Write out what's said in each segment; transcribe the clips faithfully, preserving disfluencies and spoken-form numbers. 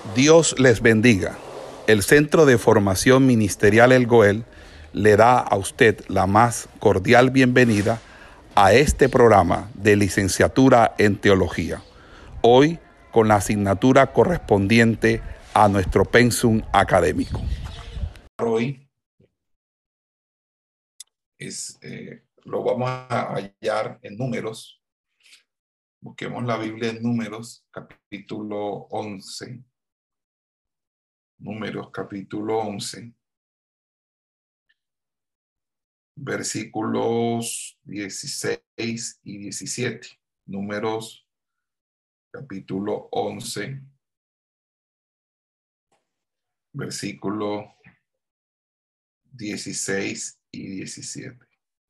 Dios les bendiga. El Centro de Formación Ministerial El Goel le da a usted la más cordial bienvenida a este programa de licenciatura en teología. Hoy con la asignatura correspondiente a nuestro pensum académico. Hoy es, eh, lo vamos a hallar en Números. Busquemos la Biblia en Números, capítulo once. Números, capítulo once. Versículos dieciséis y diecisiete. Números, capítulo once. Versículo dieciséis y diecisiete.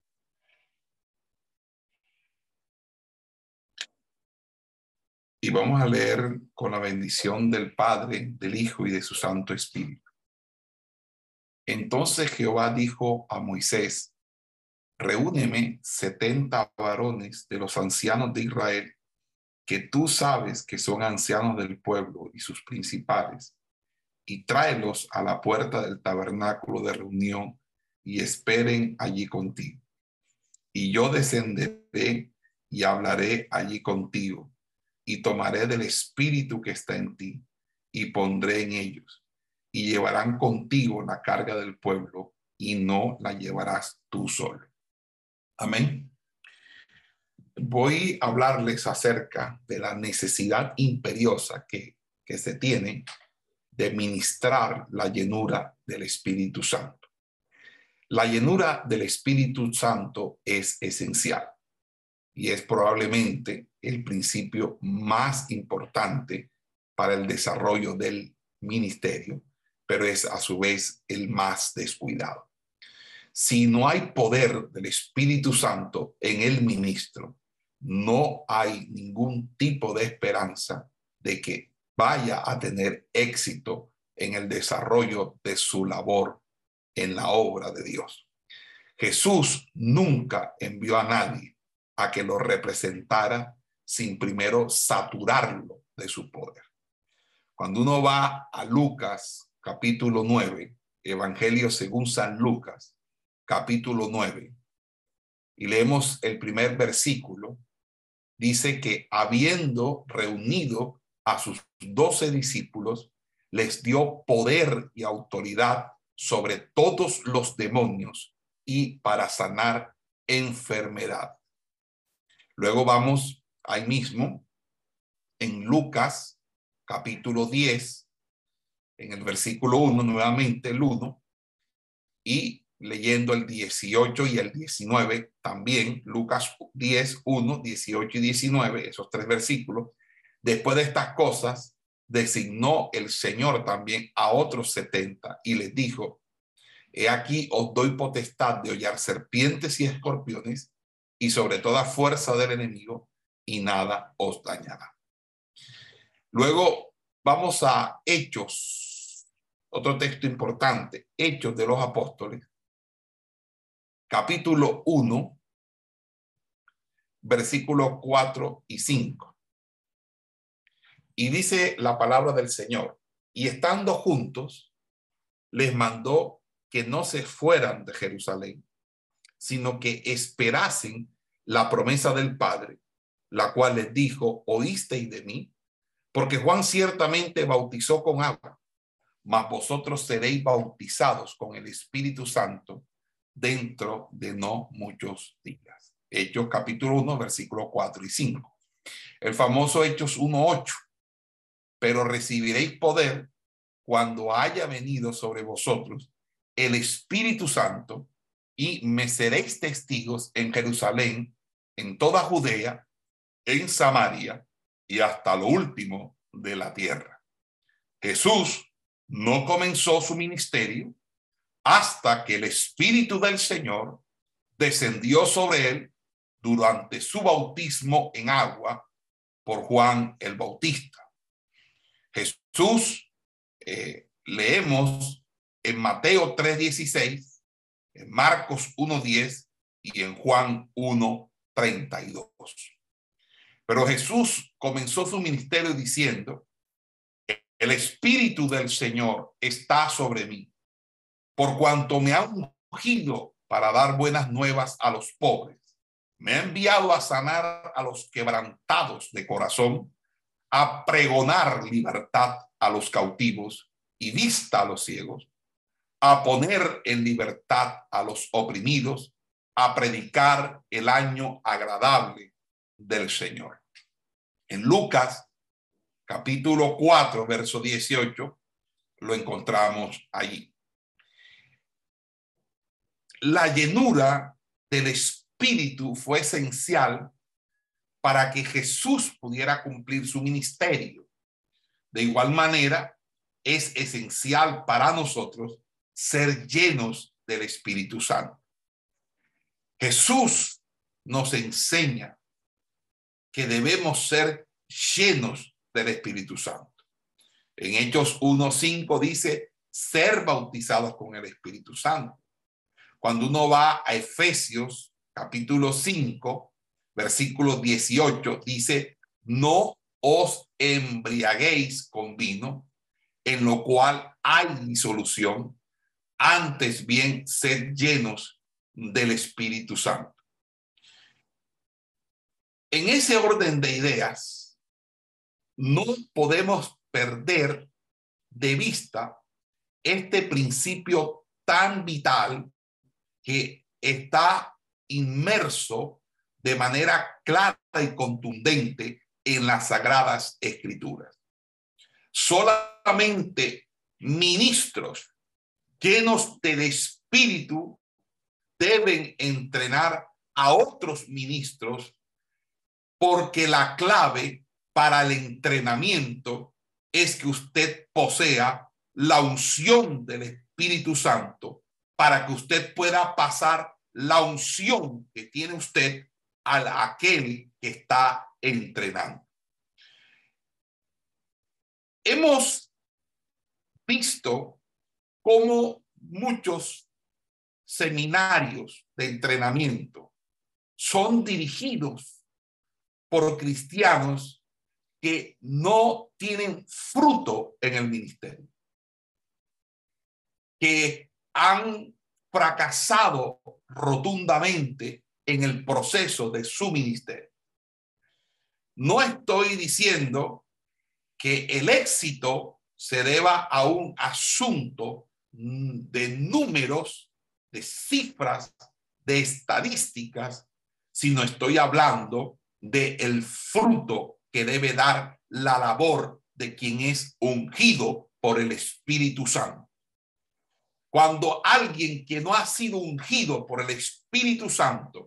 Y vamos a leer con la bendición del Padre, del Hijo y de su Santo Espíritu. Entonces Jehová dijo a Moisés: reúneme setenta varones de los ancianos de Israel, que tú sabes que son ancianos del pueblo y sus principales, y tráelos a la puerta del tabernáculo de reunión y esperen allí contigo. Y yo descenderé y hablaré allí contigo, y tomaré del espíritu que está en ti, y pondré en ellos, y llevarán contigo la carga del pueblo, y no la llevarás tú solo. Amén. Voy a hablarles acerca de la necesidad imperiosa que, que se tiene de ministrar la llenura del Espíritu Santo. La llenura del Espíritu Santo es esencial y es probablemente el principio más importante para el desarrollo del ministerio, pero es a su vez el más descuidado. Si no hay poder del Espíritu Santo en el ministro, no hay ningún tipo de esperanza de que vaya a tener éxito en el desarrollo de su labor en la obra de Dios. Jesús nunca envió a nadie a que lo representara sin primero saturarlo de su poder. Cuando uno va a Lucas, capítulo nueve, Evangelio según San Lucas, capítulo nueve, y leemos el primer versículo, dice que habiendo reunido a sus doce discípulos, les dio poder y autoridad sobre todos los demonios y para sanar enfermedad. Luego vamos ahí mismo en Lucas capítulo diez, en el versículo uno, nuevamente el uno, y leyendo el dieciocho y el diecinueve también, Lucas diez, uno, dieciocho y diecinueve, esos tres versículos. Después de estas cosas, designó el Señor también a otros setenta y les dijo: he aquí os doy potestad de hollar serpientes y escorpiones y sobre toda fuerza del enemigo, y nada os dañará. Luego vamos a Hechos, otro texto importante, Hechos de los Apóstoles, capítulo uno, versículos cuatro y cinco. Y dice la palabra del Señor: y estando juntos, les mandó que no se fueran de Jerusalén, sino que esperasen la promesa del Padre, la cual les dijo: oísteis de mí, porque Juan ciertamente bautizó con agua, mas vosotros seréis bautizados con el Espíritu Santo dentro de no muchos días. Hechos capítulo uno, versículos cuatro y cinco. El famoso Hechos uno, ocho. Pero recibiréis poder cuando haya venido sobre vosotros el Espíritu Santo, y me seréis testigos en Jerusalén, en toda Judea, en Samaria y hasta lo último de la tierra. Jesús no comenzó su ministerio hasta que el Espíritu del Señor descendió sobre él durante su bautismo en agua por Juan el Bautista. Jesús, eh, leemos en Mateo tres dieciséis, en Marcos uno diez y en Juan uno treinta y dos. Pero Jesús comenzó su ministerio diciendo: El Espíritu del Señor está sobre mí, por cuanto me ha ungido para dar buenas nuevas a los pobres. Me ha enviado a sanar a los quebrantados de corazón, a pregonar libertad a los cautivos y vista a los ciegos, a poner en libertad a los oprimidos, a predicar el año agradable del Señor. En Lucas capítulo cuatro, verso dieciocho, lo encontramos allí. La llenura del Espíritu fue esencial para que Jesús pudiera cumplir su ministerio. De igual manera, es esencial para nosotros ser llenos del Espíritu Santo. Jesús nos enseña que debemos ser llenos del Espíritu Santo. En Hechos uno cinco dice ser bautizados con el Espíritu Santo. Cuando uno va a Efesios capítulo cinco, versículo dieciocho, dice no os embriaguéis con vino, en lo cual hay disolución, antes bien sed llenos del Espíritu Santo. En ese orden de ideas, no podemos perder de vista este principio tan vital que está inmerso de manera clara y contundente en las Sagradas Escrituras. Solamente ministros llenos del Espíritu deben entrenar a otros ministros, porque la clave para el entrenamiento es que usted posea la unción del Espíritu Santo para que usted pueda pasar la unción que tiene usted a aquel que está entrenando. Hemos visto cómo muchos seminarios de entrenamiento son dirigidos por cristianos que no tienen fruto en el ministerio, que han fracasado rotundamente en el proceso de su ministerio. No estoy diciendo que el éxito se deba a un asunto de números, de cifras, de estadísticas, sino estoy hablando del fruto que debe dar la labor de quien es ungido por el Espíritu Santo. Cuando alguien que no ha sido ungido por el Espíritu Santo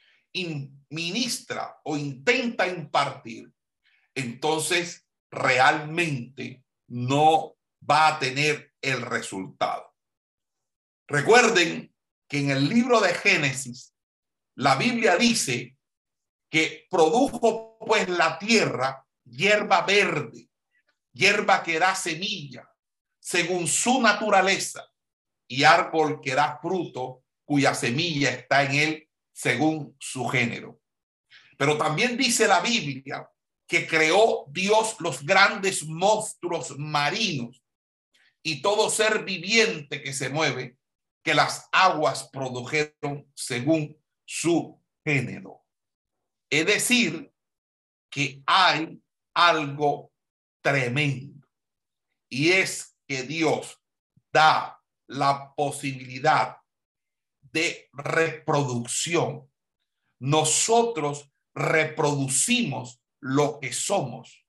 ministra o intenta impartir, entonces realmente no va a tener el resultado. Recuerden que en el libro de Génesis, la Biblia dice que produjo pues la tierra hierba verde, hierba que da semilla, según su naturaleza, y árbol que da fruto, cuya semilla está en él, según su género. Pero también dice la Biblia que creó Dios los grandes monstruos marinos y todo ser viviente que se mueve, que las aguas produjeron según su género. Es decir, que hay algo tremendo, y es que Dios da la posibilidad de reproducción. Nosotros reproducimos lo que somos.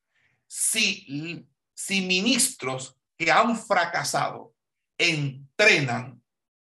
Si, si ministros que han fracasado entrenan,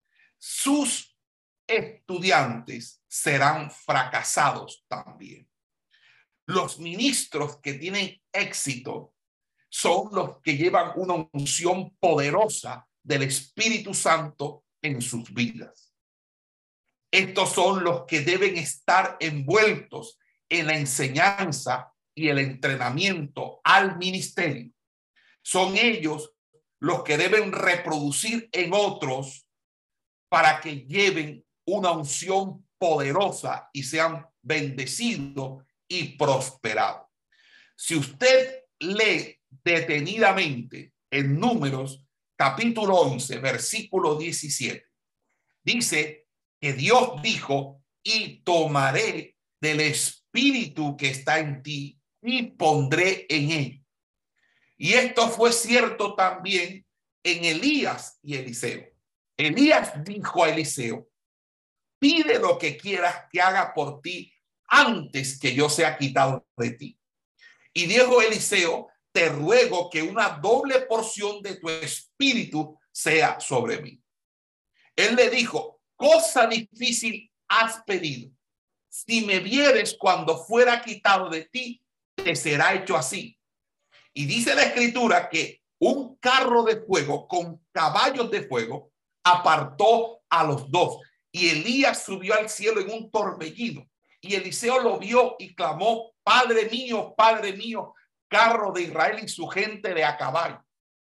sus estudiantes serán fracasados también. Los ministros que tienen éxito son los que llevan una unción poderosa del Espíritu Santo en sus vidas. Estos son los que deben estar envueltos en la enseñanza y el entrenamiento al ministerio. Son ellos los que deben reproducir en otros para que lleven una unción poderosa y sean bendecidos y prosperados. Si usted lee detenidamente en Números capítulo once, versículo diecisiete. Dice que Dios dijo: y tomaré del espíritu que está en ti y pondré en él. Y esto fue cierto también en Elías y Eliseo. Elías dijo a Eliseo: pide lo que quieras que haga por ti antes que yo sea quitado de ti. Y dijo Eliseo: te ruego que una doble porción de tu espíritu sea sobre mí. Él le dijo: cosa difícil has pedido. Si me vieres cuando fuera quitado de ti, te será hecho así. Y dice la escritura que un carro de fuego con caballos de fuego apartó a los dos. Y Elías subió al cielo en un torbellino. Y Eliseo lo vio y clamó: Padre mío, Padre mío, carro de Israel y su gente de a caballo.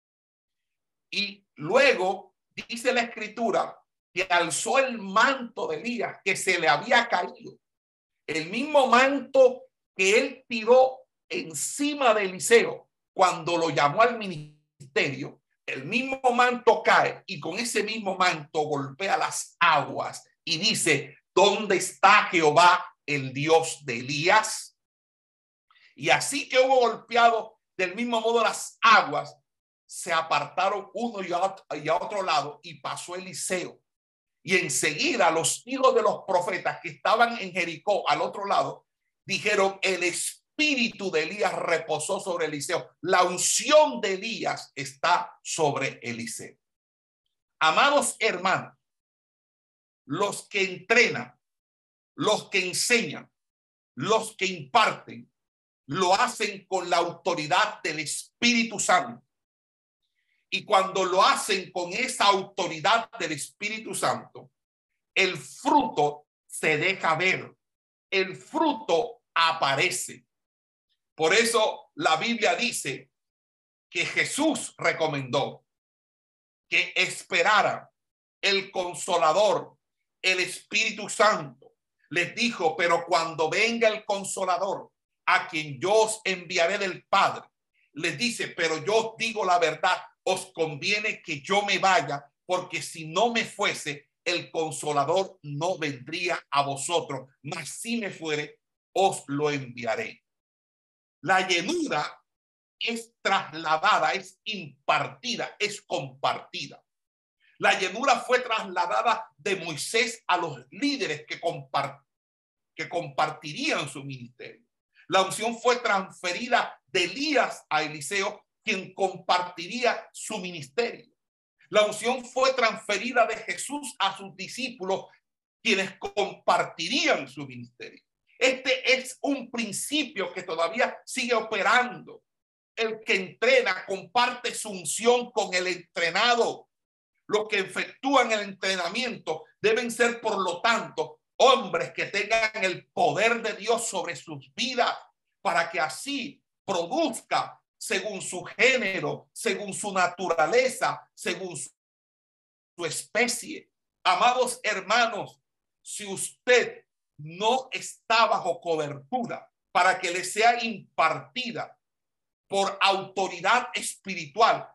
Y luego dice la escritura que alzó el manto de Elías, que se le había caído. El mismo manto que él tiró encima de Eliseo cuando lo llamó al ministerio. El mismo manto cae y con ese mismo manto golpea las aguas y dice: ¿dónde está Jehová, el Dios de Elías? Y así que hubo golpeado del mismo modo las aguas, se apartaron uno y a otro, y a otro lado, y pasó Eliseo. Y enseguida los hijos de los profetas que estaban en Jericó al otro lado dijeron: el espíritu de Elías reposó sobre Eliseo. La unción de Elías está sobre Eliseo. Amados hermanos, los que entrenan, los que enseñan, los que imparten, lo hacen con la autoridad del Espíritu Santo. Y cuando lo hacen con esa autoridad del Espíritu Santo, el fruto se deja ver, el fruto aparece. Por eso la Biblia dice que Jesús recomendó que esperaran el Consolador, el Espíritu Santo. Les dijo: pero cuando venga el Consolador, a quien yo os enviaré del Padre, les dice: pero yo os digo la verdad, os conviene que yo me vaya, porque si no me fuese, el Consolador no vendría a vosotros, mas si me fuere, os lo enviaré. La llenura es trasladada, es impartida, es compartida. La llenura fue trasladada de Moisés a los líderes que, compart que compartirían su ministerio. La unción fue transferida de Elías a Eliseo, quien compartiría su ministerio. La unción fue transferida de Jesús a sus discípulos, quienes compartirían su ministerio. Este es un principio que todavía sigue operando. El que entrena comparte su unción con el entrenado. Los que efectúan el entrenamiento deben ser, por lo tanto, hombres que tengan el poder de Dios sobre sus vidas, para que así produzca según su género, según su naturaleza, según su, su especie. Amados hermanos, si usted no está bajo cobertura para que le sea impartida por autoridad espiritual,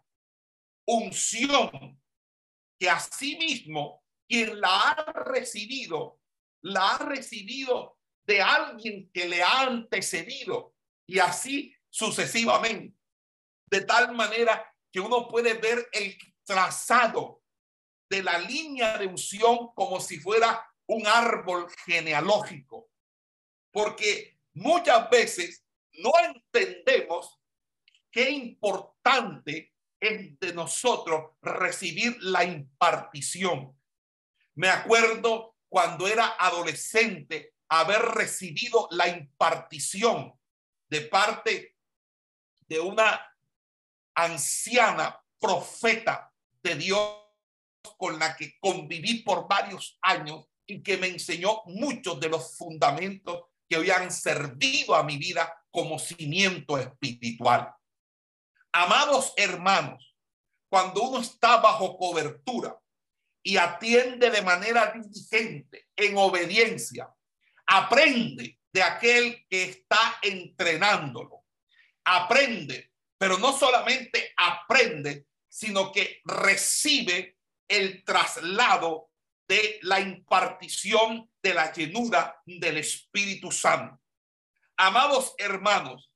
unción, que asimismo quien la ha recibido, la ha recibido de alguien que le ha antecedido, y así sucesivamente, de tal manera que uno puede ver el trazado de la línea de unción como si fuera un árbol genealógico, porque muchas veces no entendemos qué importante es de nosotros recibir la impartición. Me acuerdo cuando era adolescente haber recibido la impartición de parte de una anciana profeta de Dios con la que conviví por varios años y que me enseñó muchos de los fundamentos que hoy han servido a mi vida como cimiento espiritual. Amados hermanos, cuando uno está bajo cobertura y atiende de manera diligente, en obediencia, aprende de aquel que está entrenándolo, aprende pero no solamente aprende, sino que recibe el traslado de la impartición de la llenura del Espíritu Santo. Amados hermanos,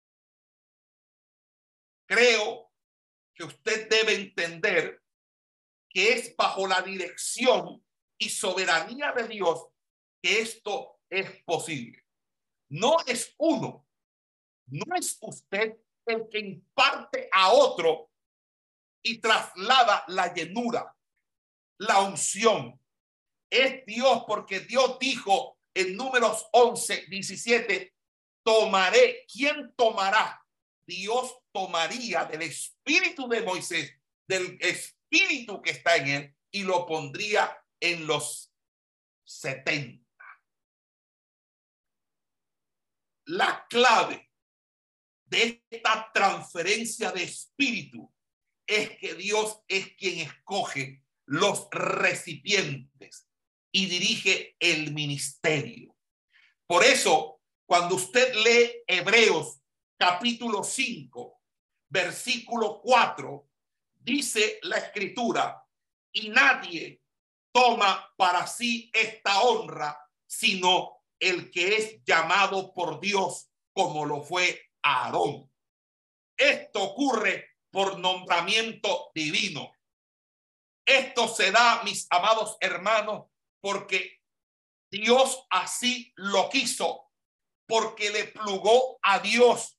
creo que usted debe entender que es bajo la dirección y soberanía de Dios que esto es posible. No es uno, no es usted el que imparte a otro y traslada la llenura, la unción. Es Dios, porque Dios dijo en Números once, diecisiete, tomaré. ¿Quién tomará? Dios tomaría del espíritu de Moisés, del espíritu que está en él, y lo pondría en los setenta. La clave de esta transferencia de espíritu es que Dios es quien escoge los recipientes y dirige el ministerio. Por eso, cuando usted lee Hebreos capítulo cinco, versículo cuatro, dice la escritura, y nadie toma para sí esta honra, sino el que es llamado por Dios, como lo fue Aarón. Esto ocurre por nombramiento divino. Esto se da, mis amados hermanos, porque Dios así lo quiso, porque le plugó a Dios.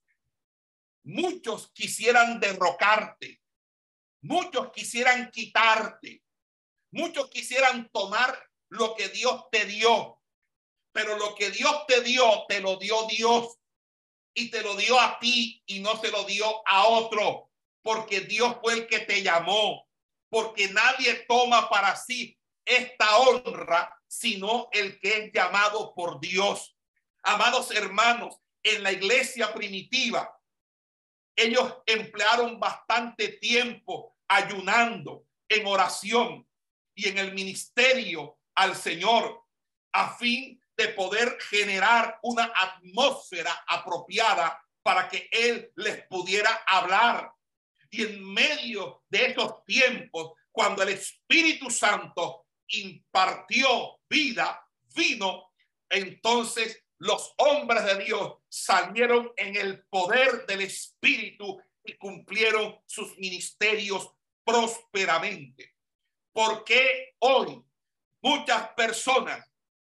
Muchos quisieran derrocarte, muchos quisieran quitarte, muchos quisieran tomar lo que Dios te dio, pero lo que Dios te dio, te lo dio Dios, y te lo dio a ti y no se lo dio a otro, porque Dios fue el que te llamó, porque nadie toma para sí esta honra, sino el que es llamado por Dios. Amados hermanos, en la iglesia primitiva, ellos emplearon bastante tiempo ayunando, en oración y en el ministerio al Señor, a fin de poder generar una atmósfera apropiada para que Él les pudiera hablar. Y en medio de esos tiempos, cuando el Espíritu Santo impartió vida, vino, entonces los hombres de Dios salieron en el poder del Espíritu y cumplieron sus ministerios prósperamente. ¿Por qué hoy muchas personas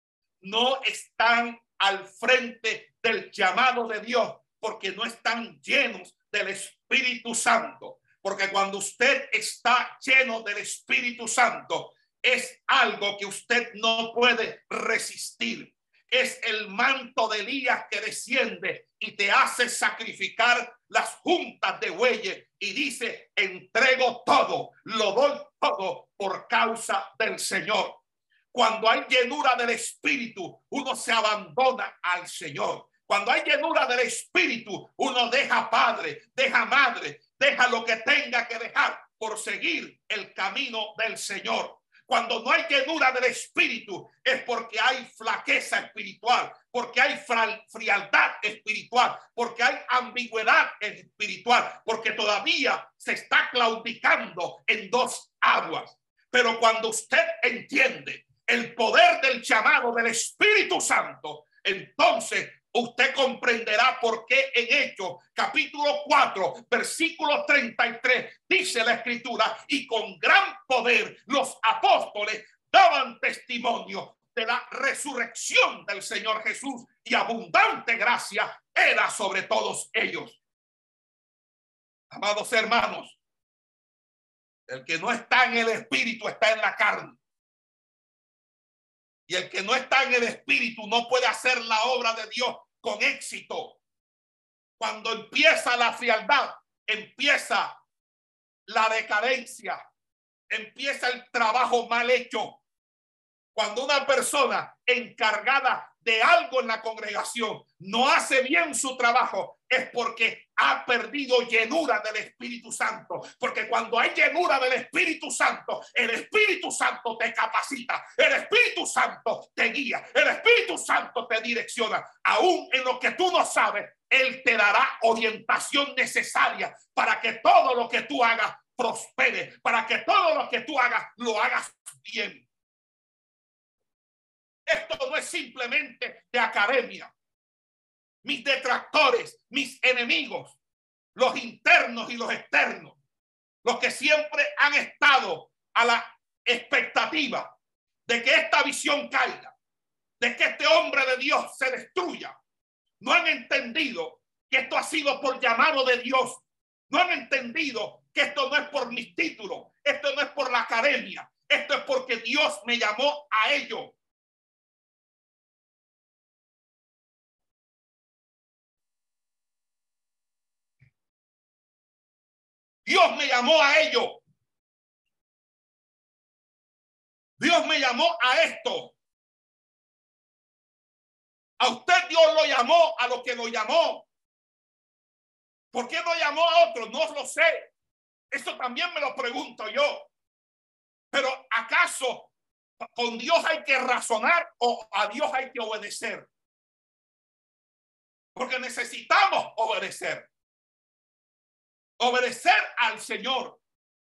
no están al frente del llamado de Dios? Porque no están llenos del Espíritu Santo. Porque cuando usted está lleno del Espíritu Santo, es algo que usted no puede resistir. Es el manto de Elías que desciende y te hace sacrificar las juntas de bueyes y dice, entrego todo, lo doy todo por causa del Señor. Cuando hay llenura del Espíritu, uno se abandona al Señor. Cuando hay llenura del Espíritu, uno deja padre, deja madre, deja lo que tenga que dejar por seguir el camino del Señor. Cuando no hay llenura del Espíritu es porque hay flaqueza espiritual, porque hay frialdad espiritual, porque hay ambigüedad espiritual, porque todavía se está claudicando en dos aguas. Pero cuando usted entiende el poder del llamado del Espíritu Santo, entonces usted comprenderá por qué en Hechos capítulo cuatro versículo treinta y tres dice la escritura, y con gran poder los apóstoles daban testimonio de la resurrección del Señor Jesús, y abundante gracia era sobre todos ellos. Amados hermanos, el que no está en el Espíritu está en la carne. Y el que no está en el Espíritu no puede hacer la obra de Dios con éxito. Cuando empieza la frialdad, empieza la decadencia, empieza el trabajo mal hecho. Cuando una persona encargada de algo en la congregación, no hace bien su trabajo, es porque ha perdido llenura del Espíritu Santo. Porque cuando hay llenura del Espíritu Santo, el Espíritu Santo te capacita, el Espíritu Santo te guía, el Espíritu Santo te direcciona. Aún en lo que tú no sabes, Él te dará orientación necesaria para que todo lo que tú hagas prospere, para que todo lo que tú hagas lo hagas bien. Esto no es simplemente de academia. Mis detractores, mis enemigos, los internos y los externos, los que siempre han estado a la expectativa de que esta visión caiga, de que este hombre de Dios se destruya, no han entendido que esto ha sido por llamado de Dios. No han entendido que esto no es por mis títulos, esto no es por la academia, esto es porque Dios me llamó a ello. Dios me llamó a ello. Dios me llamó a esto. A usted Dios lo llamó a lo que lo llamó. ¿Por qué no llamó a otro? No lo sé. Eso también me lo pregunto yo. Pero ¿acaso con Dios hay que razonar o a Dios hay que obedecer? Porque necesitamos obedecer. Obedecer al Señor.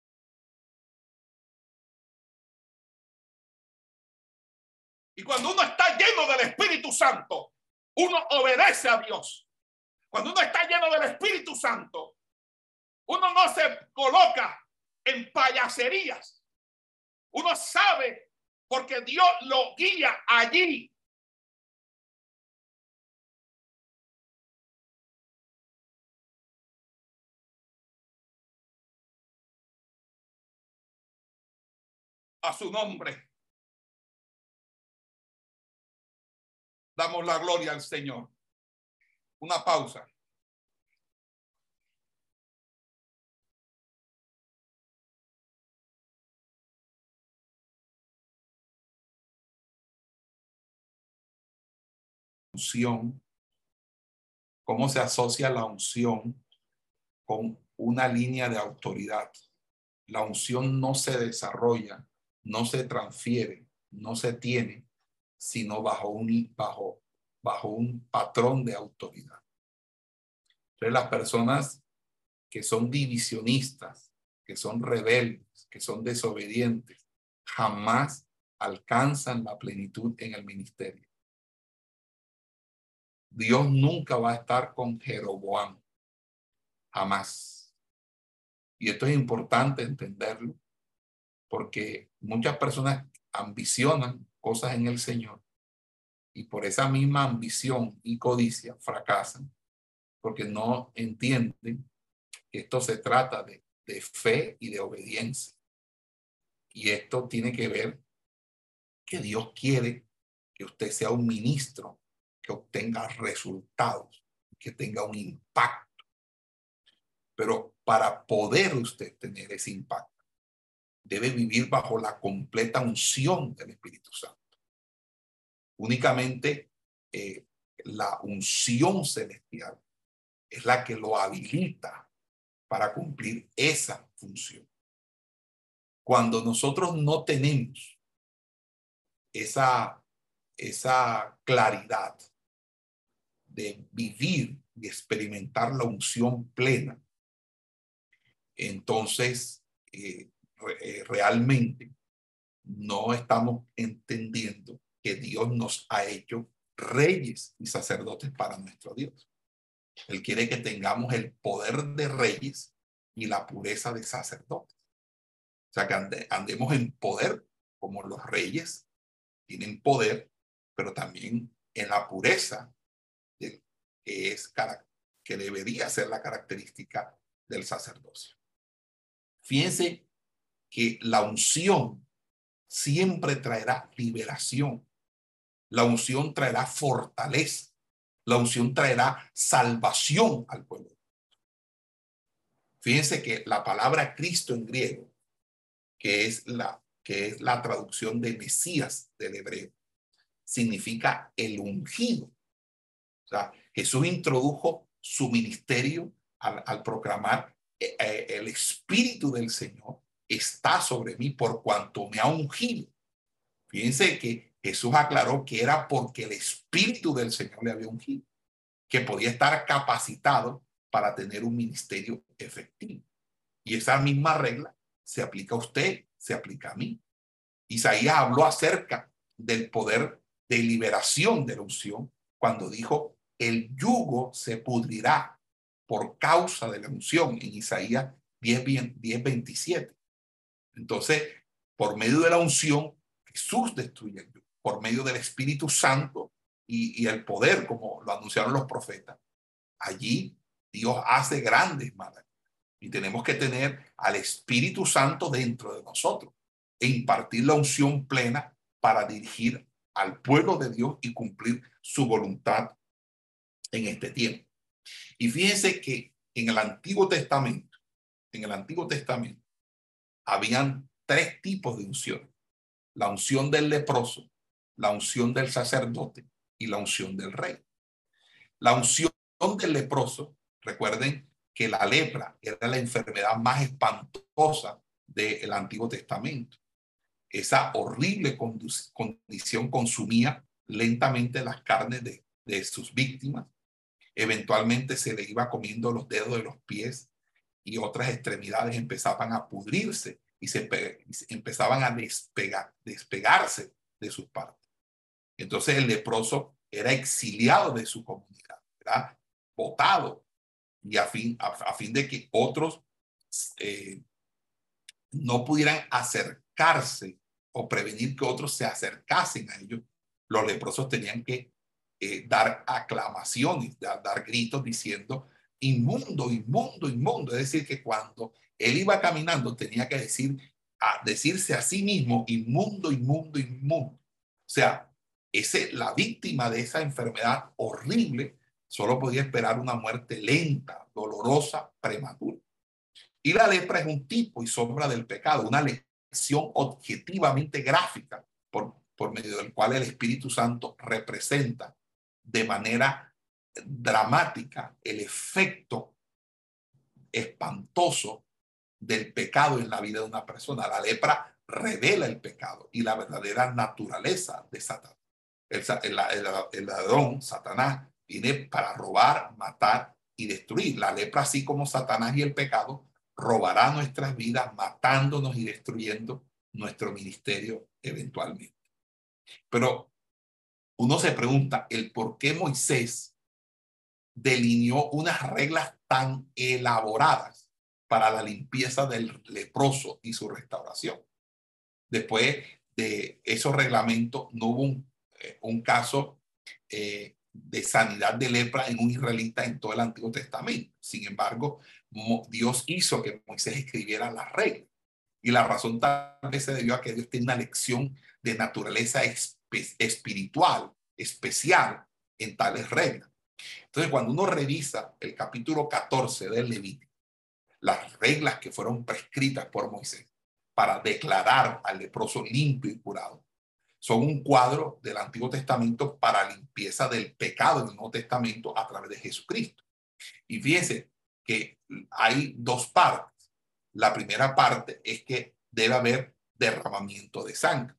Y cuando uno está lleno del Espíritu Santo, uno obedece a Dios. Cuando uno está lleno del Espíritu Santo, uno no se coloca en payaserías. Uno sabe porque Dios lo guía allí. A su nombre damos la gloria al Señor. Una pausa. Unción. ¿Cómo se asocia la unción con una línea de autoridad? La unción no se desarrolla, no se transfiere, no se tiene, sino bajo un, bajo, bajo un patrón de autoridad. Entonces, las personas que son divisionistas, que son rebeldes, que son desobedientes, jamás alcanzan la plenitud en el ministerio. Dios nunca va a estar con Jeroboam, jamás. Y esto es importante entenderlo, porque muchas personas ambicionan cosas en el Señor y por esa misma ambición y codicia fracasan, porque no entienden que esto se trata de, de fe y de obediencia. Y esto tiene que ver que Dios quiere que usted sea un ministro que obtenga resultados, que tenga un impacto. Pero para poder usted tener ese impacto, debe vivir bajo la completa unción del Espíritu Santo. Únicamente eh, la unción celestial es la que lo habilita para cumplir esa función. Cuando nosotros no tenemos esa, esa claridad de vivir y experimentar la unción plena, entonces eh, re, eh, realmente no estamos entendiendo que Dios nos ha hecho reyes y sacerdotes para nuestro Dios. Él quiere que tengamos el poder de reyes y la pureza de sacerdotes. O sea, que ande, andemos en poder como los reyes tienen poder, pero también en la pureza de, que, es, que debería ser la característica del sacerdocio. Fíjense que la unción siempre traerá liberación. La unción traerá fortaleza. La unción traerá salvación al pueblo. Fíjense que la palabra Cristo en griego, que es la, que es la traducción de Mesías del hebreo, significa el ungido. O sea, Jesús introdujo su ministerio al, al proclamar eh, eh, el Espíritu del Señor está sobre mí por cuanto me ha ungido. Fíjense que Jesús aclaró que era porque el Espíritu del Señor le había ungido, que podía estar capacitado para tener un ministerio efectivo. Y esa misma regla se aplica a usted, se aplica a mí. Isaías habló acerca del poder de liberación de la unción cuando dijo, el yugo se pudrirá por causa de la unción, en Isaías diez, veintisiete. Entonces, por medio de la unción, Jesús destruye el yugo. Por medio del Espíritu Santo y, y el poder, como lo anunciaron los profetas, allí Dios hace grandes maravillas. Y tenemos que tener al Espíritu Santo dentro de nosotros e impartir la unción plena para dirigir al pueblo de Dios y cumplir su voluntad en este tiempo. Y fíjense que en el Antiguo Testamento, en el Antiguo Testamento, habían tres tipos de unción: la unción del leproso, la unción del sacerdote y la unción del rey. La unción del leproso, recuerden que la lepra era la enfermedad más espantosa del Antiguo Testamento. Esa horrible condición consumía lentamente las carnes de, de sus víctimas. Eventualmente se le iba comiendo los dedos de los pies y otras extremidades empezaban a pudrirse y se empezaban a despegar, despegarse de sus partes. Entonces el leproso era exiliado de su comunidad, ¿verdad? Botado, y a fin, a, a fin de que otros eh, no pudieran acercarse o prevenir que otros se acercasen a ellos. Los leprosos tenían que eh, dar aclamaciones, dar, dar gritos diciendo inmundo, inmundo, inmundo. Es decir, que cuando él iba caminando tenía que decir, a decirse a sí mismo inmundo, inmundo, inmundo. O sea, ese, la víctima de esa enfermedad horrible solo podía esperar una muerte lenta, dolorosa, prematura. Y la lepra es un tipo y sombra del pecado, una lección objetivamente gráfica por, por medio del cual el Espíritu Santo representa de manera dramática el efecto espantoso del pecado en la vida de una persona. La lepra revela el pecado y la verdadera naturaleza de Satanás. El, el, el, el ladrón, Satanás, viene para robar, matar y destruir. La lepra, así como Satanás y el pecado, robará nuestras vidas, matándonos y destruyendo nuestro ministerio eventualmente. Pero uno se pregunta el por qué Moisés delineó unas reglas tan elaboradas para la limpieza del leproso y su restauración. Después de esos reglamentos no hubo un, eh, un caso eh, de sanidad de lepra en un israelita en todo el Antiguo Testamento. Sin embargo, Dios hizo que Moisés escribiera las reglas. Y la razón tal vez se debió a que Dios tiene una lección de naturaleza espiritual, especial en tales reglas. Entonces, cuando uno revisa el capítulo catorce del Levítico, las reglas que fueron prescritas por Moisés para declarar al leproso limpio y curado, son un cuadro del Antiguo Testamento para limpieza del pecado en el Nuevo Testamento a través de Jesucristo. Y fíjense que hay dos partes. La primera parte es que debe haber derramamiento de sangre.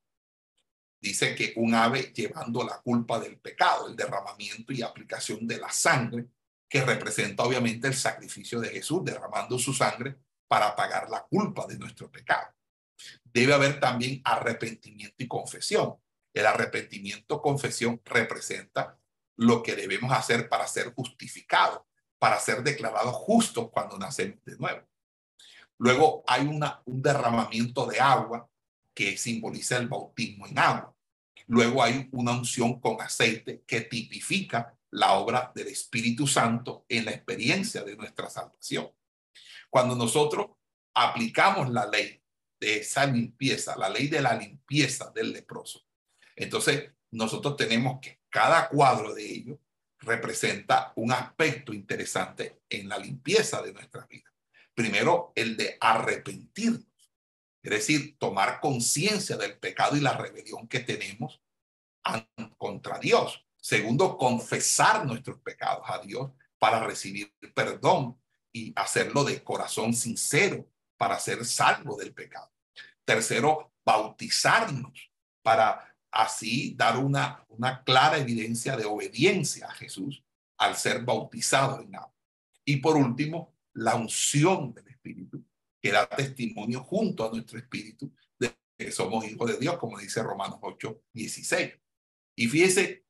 Dice que un ave llevando la culpa del pecado, el derramamiento y aplicación de la sangre, que representa obviamente el sacrificio de Jesús, derramando su sangre para pagar la culpa de nuestro pecado. Debe haber también arrepentimiento y confesión. El arrepentimiento, confesión, representa lo que debemos hacer para ser justificados, para ser declarados justos cuando nacemos de nuevo. Luego hay una, un derramamiento de agua que simboliza el bautismo en agua. Luego hay una unción con aceite que tipifica la obra del Espíritu Santo en la experiencia de nuestra salvación. Cuando nosotros aplicamos la ley de esa limpieza, la ley de la limpieza del leproso, entonces nosotros tenemos que cada cuadro de ellos representa un aspecto interesante en la limpieza de nuestra vida. Primero, el de arrepentirnos, es decir, tomar conciencia del pecado y la rebelión que tenemos contra Dios. Segundo, confesar nuestros pecados a Dios para recibir perdón y hacerlo de corazón sincero para ser salvo del pecado. Tercero, bautizarnos para así dar una, una clara evidencia de obediencia a Jesús al ser bautizado en agua. Y por último, la unción del Espíritu, que da testimonio junto a nuestro espíritu de que somos hijos de Dios, como dice Romanos ocho, dieciséis. Y fíjese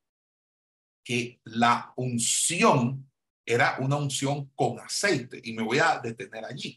que la unción era una unción con aceite, y me voy a detener allí.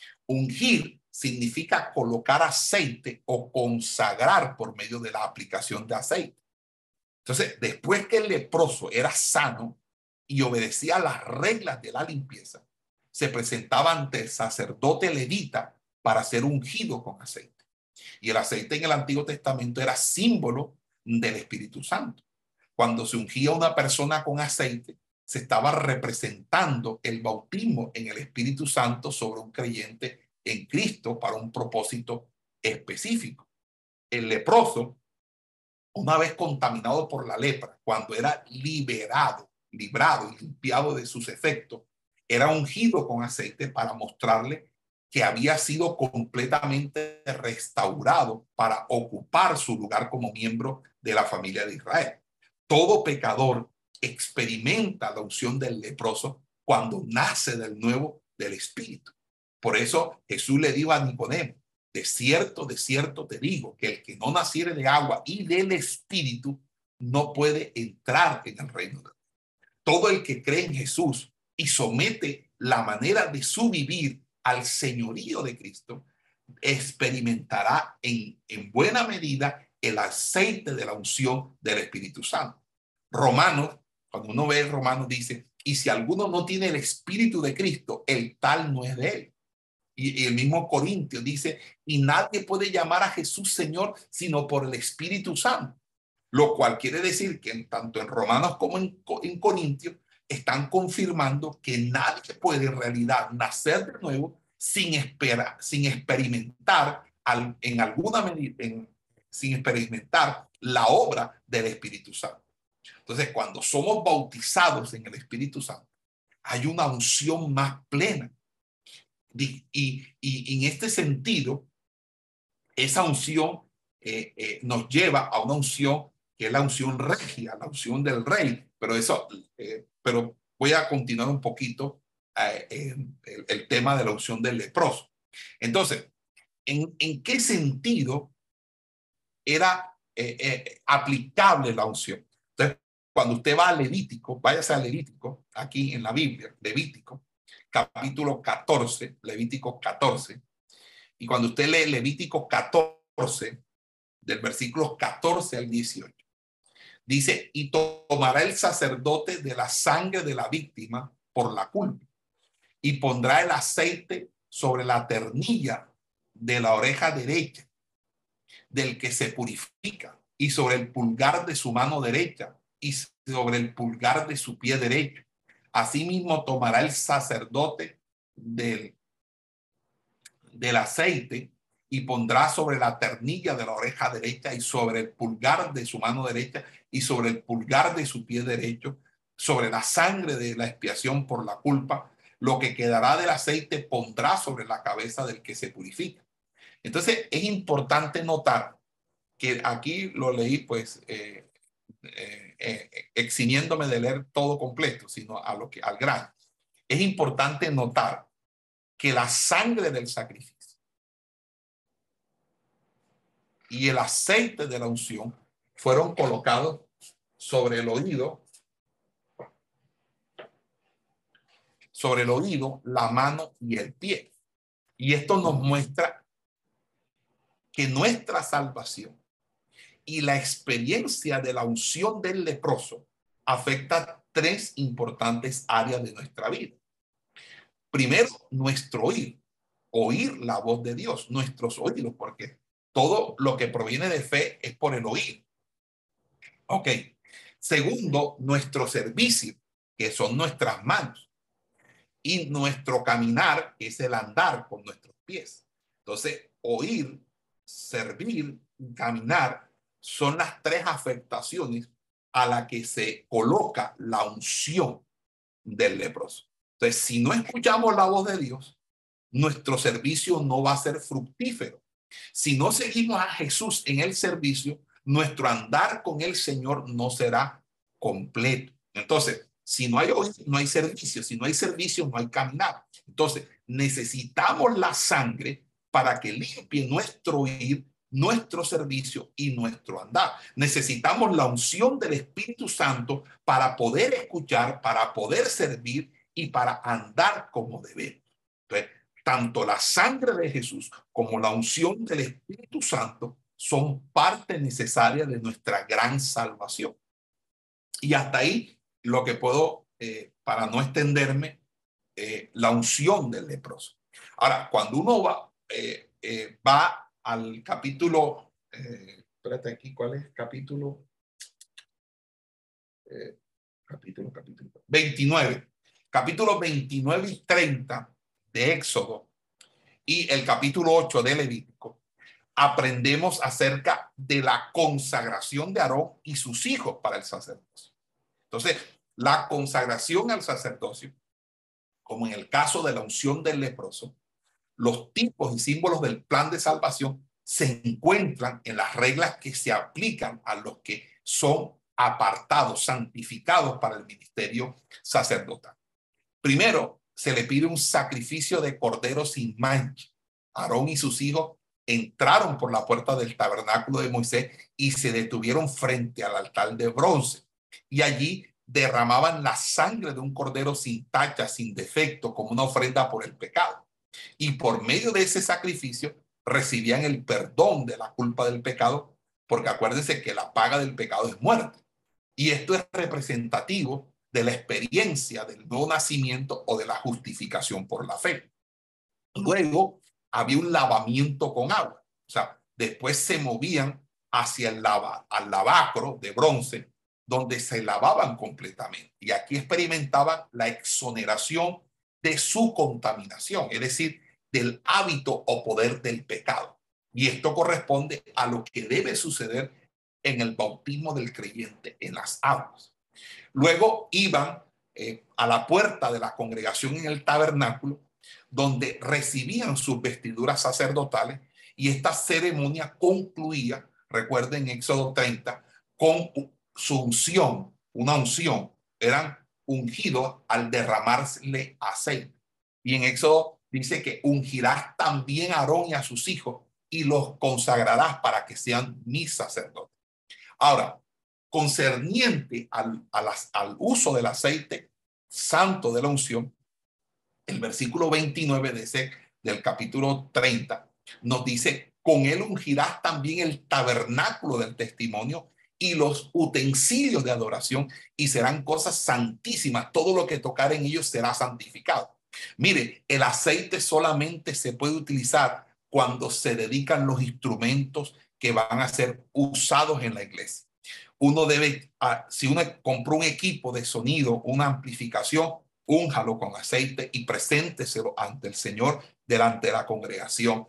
Ungir significa colocar aceite o consagrar por medio de la aplicación de aceite. Entonces, después que el leproso era sano y obedecía las reglas de la limpieza, se presentaba ante el sacerdote levita para ser ungido con aceite. Y el aceite en el Antiguo Testamento era símbolo del Espíritu Santo. Cuando se ungía a una persona con aceite, se estaba representando el bautismo en el Espíritu Santo sobre un creyente en Cristo para un propósito específico. El leproso, una vez contaminado por la lepra, cuando era liberado, librado y limpiado de sus efectos, era ungido con aceite para mostrarle que había sido completamente restaurado para ocupar su lugar como miembro de la familia de Israel. Todo pecador experimenta la unción del leproso cuando nace del nuevo del Espíritu. Por eso Jesús le dijo a Nicodemo: de cierto, de cierto te digo, que el que no naciere de agua y del Espíritu no puede entrar en el reino de Dios. Todo el que cree en Jesús y somete la manera de su vivir al señorío de Cristo, experimentará en, en buena medida el aceite de la unción del Espíritu Santo. Romanos, cuando uno ve Romanos, dice: y si alguno no tiene el Espíritu de Cristo, el tal no es de él. Y, y el mismo Corintio dice: y nadie puede llamar a Jesús Señor sino por el Espíritu Santo. Lo cual quiere decir que en, tanto en Romanos como en, en Corintios están confirmando que nadie puede en realidad nacer de nuevo sin, esperar, sin experimentar al, en alguna medida, en, sin experimentar la obra del Espíritu Santo. Entonces, cuando somos bautizados en el Espíritu Santo, hay una unción más plena. Y, y, y en este sentido, esa unción eh, eh, nos lleva a una unción que es la unción regia, la unción del rey. Pero eso, eh, pero voy a continuar un poquito eh, en el, el tema de la unción del leproso. Entonces, ¿en, en qué sentido era eh, eh, aplicable la unción? Entonces, cuando usted va a Levítico, váyase a Levítico, aquí en la Biblia, Levítico, capítulo catorce, Levítico catorce, y cuando usted lee Levítico catorce, del versículo catorce al dieciocho, dice: y tomará el sacerdote de la sangre de la víctima por la culpa, y pondrá el aceite sobre la ternilla de la oreja derecha del que se purifica, y sobre el pulgar de su mano derecha, y sobre el pulgar de su pie derecho. Asimismo tomará el sacerdote del, del aceite y pondrá sobre la ternilla de la oreja derecha y sobre el pulgar de su mano derecha y sobre el pulgar de su pie derecho, sobre la sangre de la expiación por la culpa. Lo que quedará del aceite pondrá sobre la cabeza del que se purifica. Entonces es importante notar que aquí lo leí pues eh, eh, eh, eximiéndome de leer todo completo, sino a lo que, al grano. Es importante notar que la sangre del sacrificio y el aceite de la unción fueron colocados sobre el oído, sobre el oído, la mano y el pie. Y esto nos muestra que nuestra salvación y la experiencia de la unción del leproso afecta tres importantes áreas de nuestra vida. Primero, nuestro oír, oír la voz de Dios, nuestros oídos, porque todo lo que proviene de fe es por el oír. Ok. Segundo, nuestro servicio, que son nuestras manos. Y nuestro caminar es el andar con nuestros pies. Entonces, oír, servir, caminar son las tres afectaciones a la que se coloca la unción del leproso. Entonces, si no escuchamos la voz de Dios, nuestro servicio no va a ser fructífero. Si no seguimos a Jesús en el servicio, nuestro andar con el Señor no será completo. Entonces, si no hay oír, no hay servicio. Si no hay servicio, no hay caminar. Entonces, necesitamos la sangre para que limpie nuestro oír, nuestro servicio y nuestro andar. Necesitamos la unción del Espíritu Santo para poder escuchar, para poder servir y para andar como debemos. Entonces, tanto la sangre de Jesús como la unción del Espíritu Santo son parte necesaria de nuestra gran salvación. Y hasta ahí lo que puedo, eh, para no extenderme, eh, la unción del leproso. Ahora, cuando uno va, eh, eh, va al capítulo, eh, espérate aquí, ¿cuál es? Capítulo, eh, capítulo, capítulo, veintinueve. Capítulo veintinueve y treinta de Éxodo y el capítulo ocho de Levítico, aprendemos acerca de la consagración de Aarón y sus hijos para el sacerdocio. Entonces, la consagración al sacerdocio, como en el caso de la unción del leproso, los tipos y símbolos del plan de salvación se encuentran en las reglas que se aplican a los que son apartados, santificados para el ministerio sacerdotal. Primero, se le pide un sacrificio de cordero sin mancha. Aarón y sus hijos entraron por la puerta del tabernáculo de Moisés y se detuvieron frente al altar de bronce. Y allí derramaban la sangre de un cordero sin tacha, sin defecto, como una ofrenda por el pecado. Y por medio de ese sacrificio recibían el perdón de la culpa del pecado, porque acuérdense que la paga del pecado es muerte. Y esto es representativo de la experiencia del nuevo nacimiento o de la justificación por la fe. Luego había un lavamiento con agua. O sea, después se movían hacia el lava, al lavacro de bronce, donde se lavaban completamente. Y aquí experimentaban la exoneración de su contaminación, es decir, del hábito o poder del pecado. Y esto corresponde a lo que debe suceder en el bautismo del creyente en las aguas. Luego iban eh, a la puerta de la congregación en el tabernáculo, donde recibían sus vestiduras sacerdotales, y esta ceremonia concluía, recuerden, en Éxodo treinta, con su unción, una unción, eran ungidos al derramarle aceite. Y en Éxodo dice que ungirás también a Aarón y a sus hijos y los consagrarás para que sean mis sacerdotes. Ahora, concerniente al, a las, al uso del aceite santo de la unción, el versículo veintinueve de ese, del capítulo treinta nos dice: con él ungirás también el tabernáculo del testimonio y los utensilios de adoración, y serán cosas santísimas. Todo lo que tocar en ellos será santificado. Mire, el aceite solamente se puede utilizar cuando se dedican los instrumentos que van a ser usados en la iglesia. Uno debe, si uno compró un equipo de sonido, una amplificación, únjalo con aceite y presénteselo ante el Señor delante de la congregación.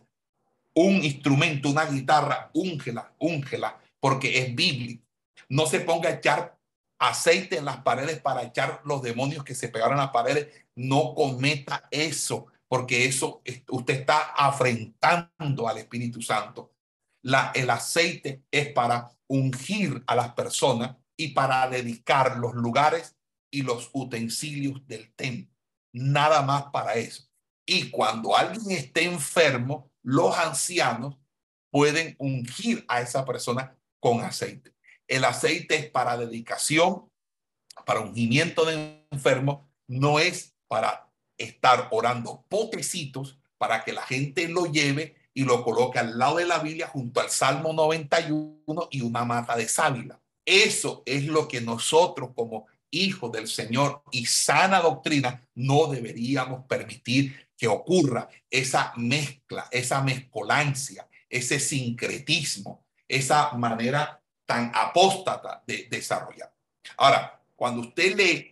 Un instrumento, una guitarra, úngela, úngela, porque es bíblico. No se ponga a echar aceite en las paredes para echar los demonios que se pegaron a las paredes. No cometa eso, porque eso usted está afrentando al Espíritu Santo. La, el aceite es para ungir a las personas y para dedicar los lugares y los utensilios del templo. Nada más para eso. Y cuando alguien esté enfermo, los ancianos pueden ungir a esa persona con aceite. El aceite es para dedicación, para ungimiento de enfermos, no es para estar orando potecitos para que la gente lo lleve y lo coloque al lado de la Biblia junto al Salmo noventa y uno y una mata de sábila. Eso es lo que nosotros como hijos del Señor y sana doctrina no deberíamos permitir que ocurra, esa mezcla, esa mezcolancia, ese sincretismo, esa manera tan apóstata de desarrollar. Ahora, cuando usted lee,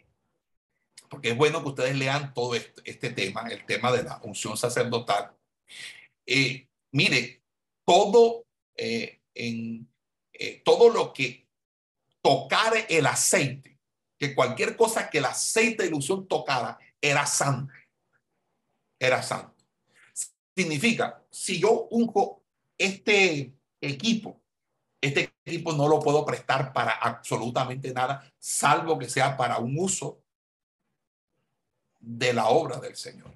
porque es bueno que ustedes lean todo este, este tema, el tema de la unción sacerdotal, eh, mire, todo eh, en, eh, todo lo que tocare el aceite, que cualquier cosa que el aceite de la unción tocara, era santo. Era santo. Significa, si yo unjo este equipo, este equipo no lo puedo prestar para absolutamente nada, salvo que sea para un uso de la obra del Señor.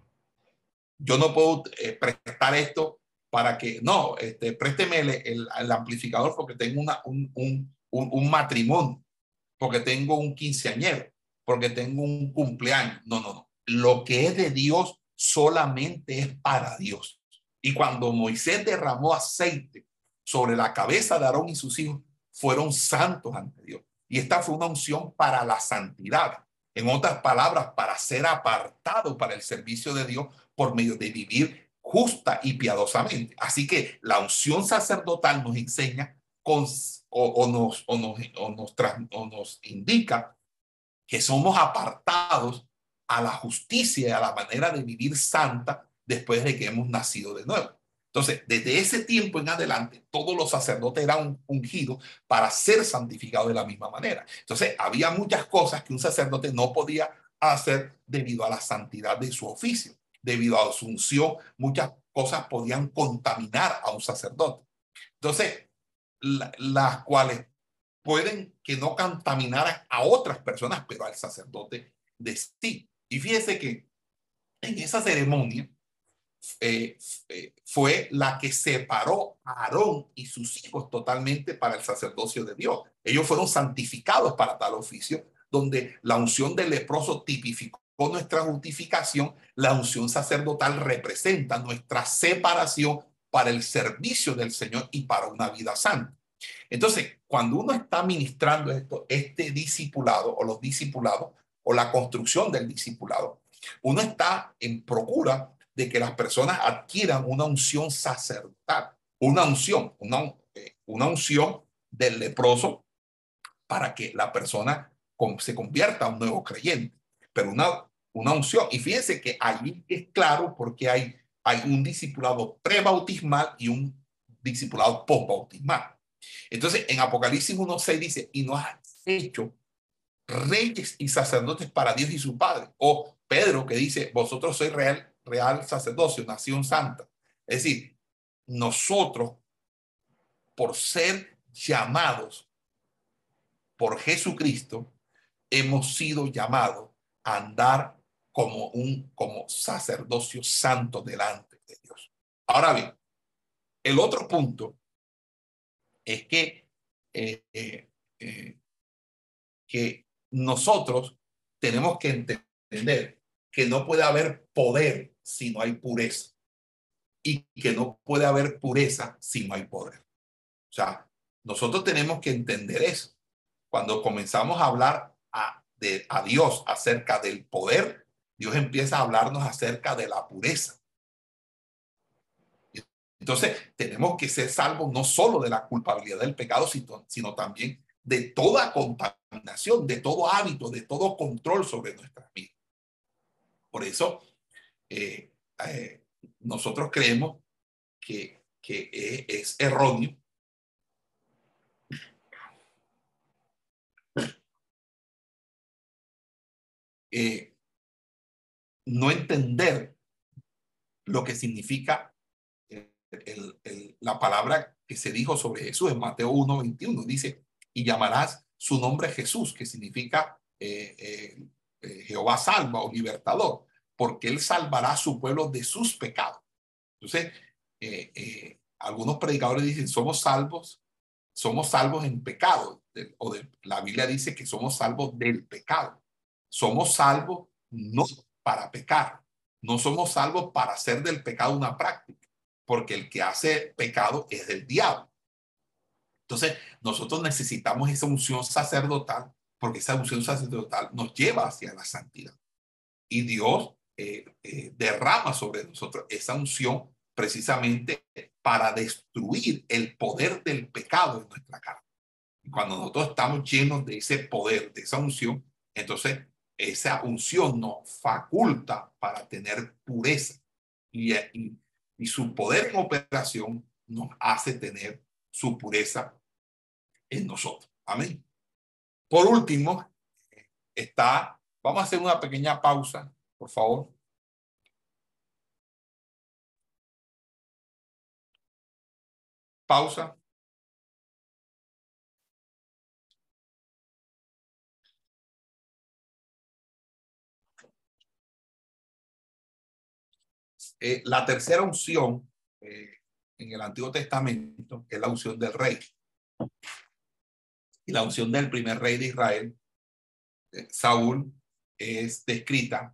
Yo no puedo eh, prestar esto para que, no, este, présteme el, el, el amplificador porque tengo una, un, un, un, un matrimonio, porque tengo un quinceañero, porque tengo un cumpleaños. No, no, no. Lo que es de Dios solamente es para Dios. Y cuando Moisés derramó aceite sobre la cabeza de Aarón y sus hijos, fueron santos ante Dios. Y esta fue una unción para la santidad. En otras palabras, para ser apartado para el servicio de Dios por medio de vivir justa y piadosamente. Así que la unción sacerdotal nos enseña con, o, o, nos, o, nos, o, nos tras, o nos indica que somos apartados a la justicia y a la manera de vivir santa después de que hemos nacido de nuevo. Entonces, desde ese tiempo en adelante, todos los sacerdotes eran ungidos para ser santificados de la misma manera. Entonces, había muchas cosas que un sacerdote no podía hacer debido a la santidad de su oficio, debido a su unción. Muchas cosas podían contaminar a un sacerdote. Entonces, la, las cuales pueden que no contaminaran a otras personas, pero al sacerdote de sí. Y fíjese que en esa ceremonia eh, eh, fue la que separó a Aarón y sus hijos totalmente para el sacerdocio de Dios. Ellos fueron santificados para tal oficio, donde la unción del leproso tipificó nuestra justificación. La unción sacerdotal representa nuestra separación para el servicio del Señor y para una vida santa. Entonces, cuando uno está ministrando esto, este discipulado o los discipulados o la construcción del discipulado, uno está en procura de que las personas adquieran una unción sacerdotal, una unción, una, eh, una unción del leproso para que la persona se convierta a un nuevo creyente, pero una, una unción. Y fíjense que allí es claro porque hay, hay un discipulado prebautismal y un discipulado postbautismal. Entonces, en Apocalipsis uno seis dice, y nos has hecho reyes y sacerdotes para Dios y su Padre. O Pedro que dice, vosotros sois real, real sacerdocio, nación santa. Es decir, nosotros, por ser llamados por Jesucristo, hemos sido llamados a andar como un como sacerdocio santo delante de Dios. Ahora bien, el otro punto es que eh, eh, eh, que nosotros tenemos que entender que no puede haber poder si no hay pureza y que no puede haber pureza si no hay poder. O sea, nosotros tenemos que entender eso. Cuando comenzamos a hablar a, de, a Dios acerca del poder, Dios empieza a hablarnos acerca de la pureza. Entonces, tenemos que ser salvos no solo de la culpabilidad del pecado, sino, sino también de toda contaminación, de todo hábito, de todo control sobre nuestras vidas. Por eso, eh, eh, nosotros creemos que, que es, es erróneo eh, no entender lo que significa el, el, el, la palabra que se dijo sobre Jesús en Mateo uno veintiuno. Dice, y llamarás su nombre Jesús, que significa eh, eh, eh, Jehová salva o libertador, porque él salvará a su pueblo de sus pecados. Entonces, eh, eh, algunos predicadores dicen, somos salvos, somos salvos en pecado, de, o de, la Biblia dice que somos salvos del pecado. Somos salvos no para pecar, no somos salvos para hacer del pecado una práctica, porque el que hace pecado es del diablo. Entonces, nosotros necesitamos esa unción sacerdotal, porque esa unción sacerdotal nos lleva hacia la santidad. Y Dios eh, eh, derrama sobre nosotros esa unción precisamente para destruir el poder del pecado en nuestra carne. Y cuando nosotros estamos llenos de ese poder, de esa unción, entonces esa unción nos faculta para tener pureza. Y, y, y su poder en operación nos hace tener su pureza en nosotros. Amén. Por último, está, vamos a hacer una pequeña pausa, por favor. Pausa. Eh, la tercera unción eh, en el Antiguo Testamento es la unción del rey. Y la unción del primer rey de Israel, eh, Saúl, es descrita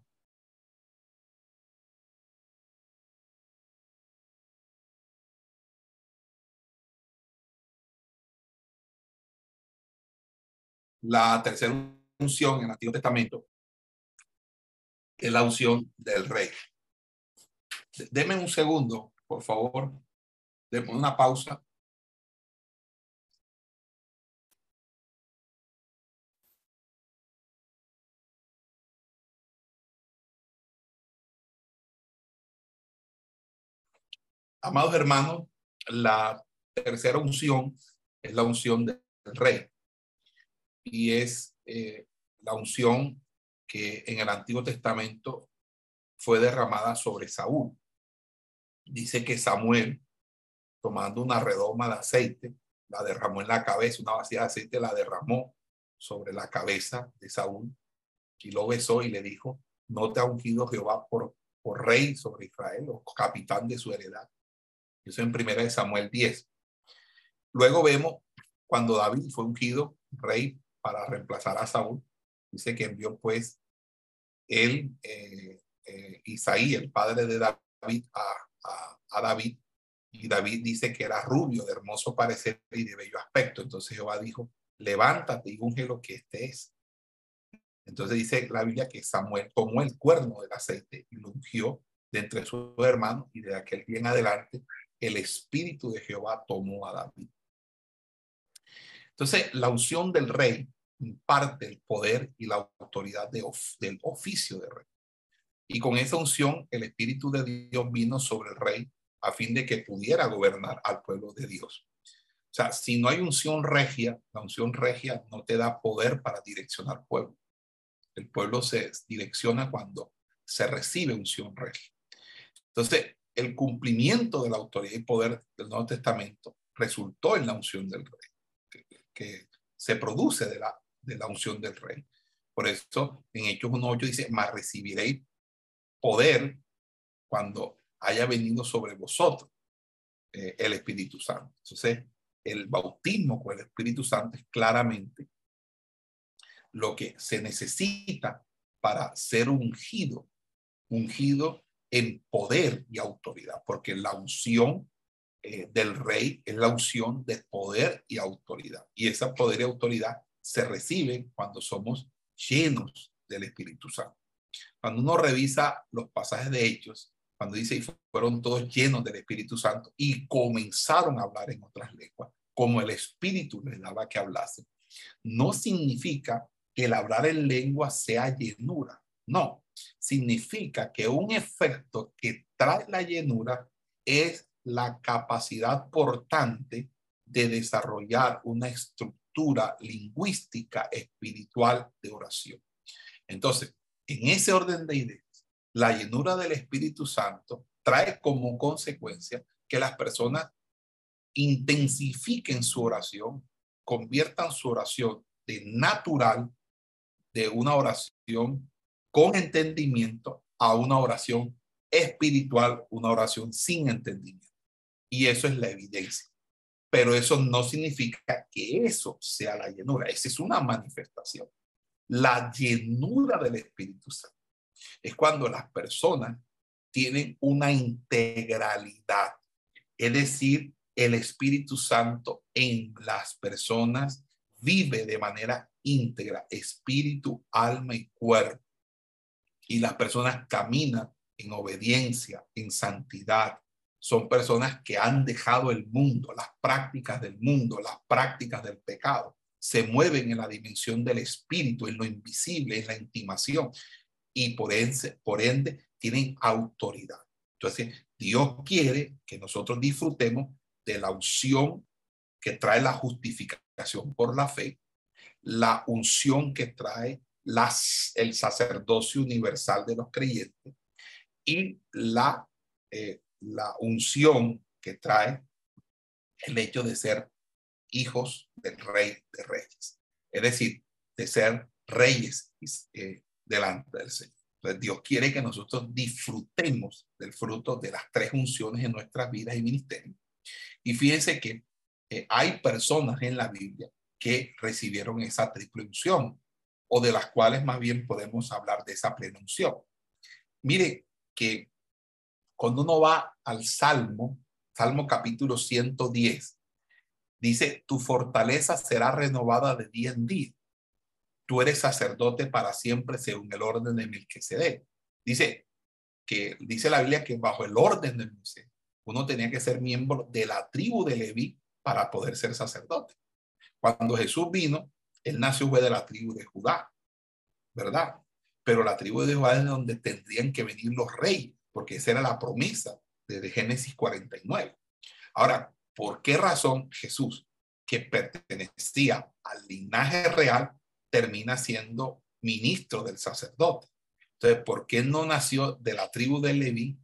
la tercera unción en el Antiguo Testamento es la unción del rey. Deme un segundo, por favor. Deme una pausa. Amados hermanos, la tercera unción es la unción del rey. Y es eh, la unción que en el Antiguo Testamento fue derramada sobre Saúl. Dice que Samuel, tomando una redoma de aceite, la derramó en la cabeza, una vasija de aceite la derramó sobre la cabeza de Saúl y lo besó y le dijo: no te ha ungido Jehová por, por rey sobre Israel o capitán de su heredad. Eso en primera de Samuel diez. Luego vemos cuando David fue ungido rey para reemplazar a Saúl. Dice que envió pues él, eh, eh, Isaí, el padre de David, a, a, a David. Y David dice que era rubio, de hermoso parecer y de bello aspecto. Entonces Jehová dijo: levántate y unge lo que este es. Entonces dice la Biblia que Samuel tomó el cuerno del aceite y lo ungió de entre sus hermanos, y de aquel día en adelante el espíritu de Jehová tomó a David. Entonces la unción del rey imparte el poder y la autoridad de of, del oficio de rey. Y con esa unción el espíritu de Dios vino sobre el rey a fin de que pudiera gobernar al pueblo de Dios. O sea, si no hay unción regia, la unción regia no te da poder para direccionar pueblo. El pueblo se direcciona cuando se recibe unción regia. Entonces, el cumplimiento de la autoridad y poder del Nuevo Testamento resultó en la unción del rey, que, que se produce de la, de la unción del rey. Por eso, en Hechos uno ocho dice: mas recibiréis poder cuando haya venido sobre vosotros eh, el Espíritu Santo. Entonces, el bautismo con el Espíritu Santo es claramente lo que se necesita para ser ungido, ungido en poder y autoridad, porque la unción eh, del rey es la unción de poder y autoridad. Y esa poder y autoridad se reciben cuando somos llenos del Espíritu Santo. Cuando uno revisa los pasajes de Hechos, cuando dice: y fueron todos llenos del Espíritu Santo y comenzaron a hablar en otras lenguas, como el Espíritu les daba que hablasen, no significa que el hablar en lengua sea llenura. No, significa que un efecto que trae la llenura es la capacidad portante de desarrollar una estructura lingüística espiritual de oración. Entonces, en ese orden de ideas, la llenura del Espíritu Santo trae como consecuencia que las personas intensifiquen su oración, conviertan su oración de natural, de una oración con entendimiento, a una oración espiritual, una oración sin entendimiento. Y eso es la evidencia. Pero eso no significa que eso sea la llenura. Esa es una manifestación. La llenura del Espíritu Santo es cuando las personas tienen una integralidad, es decir, el Espíritu Santo en las personas vive de manera íntegra, espíritu, alma y cuerpo, y las personas caminan en obediencia, en santidad. Son personas que han dejado el mundo, las prácticas del mundo, las prácticas del pecado. Se mueven en la dimensión del espíritu, en lo invisible, en la intimación, y por ende, por ende tienen autoridad. Entonces, Dios quiere que nosotros disfrutemos de la unción que trae la justificación justificación por la fe, la unción que trae las, el sacerdocio universal de los creyentes y la, eh, la unción que trae el hecho de ser hijos del Rey de Reyes, es decir, de ser reyes eh, delante del Señor. Entonces, Dios quiere que nosotros disfrutemos del fruto de las tres unciones en nuestras vidas y ministerios. Y fíjense que eh, hay personas en la Biblia que recibieron esa triple unción, o de las cuales más bien podemos hablar de esa plena unción. Mire que cuando uno va al Salmo, Salmo capítulo ciento diez, dice, tu fortaleza será renovada de día en día. Tú eres sacerdote para siempre según el orden de Melquisedec. Dice que dice la Biblia que bajo el orden de Moisés uno tenía que ser miembro de la tribu de Leví para poder ser sacerdote. Cuando Jesús vino, él nació de la tribu de Judá, ¿verdad? Pero la tribu de Judá es donde tendrían que venir los reyes, porque esa era la promesa de Génesis cuarenta y nueve. Ahora, ¿por qué razón Jesús, que pertenecía al linaje real, termina siendo ministro del sacerdote? Entonces, ¿por qué no nació de la tribu de Leví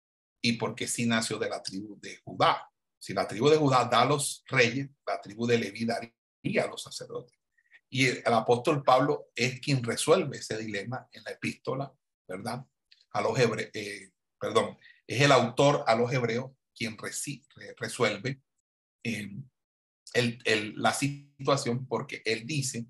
y por qué sí nació de la tribu de Judá? Si la tribu de Judá da a los reyes, la tribu de Leví daría a los sacerdotes. Y el, el apóstol Pablo es quien resuelve ese dilema en la epístola, ¿verdad? A los hebreos, eh, perdón, es el autor a los hebreos quien reci, resuelve eh, el, el, la situación, porque él dice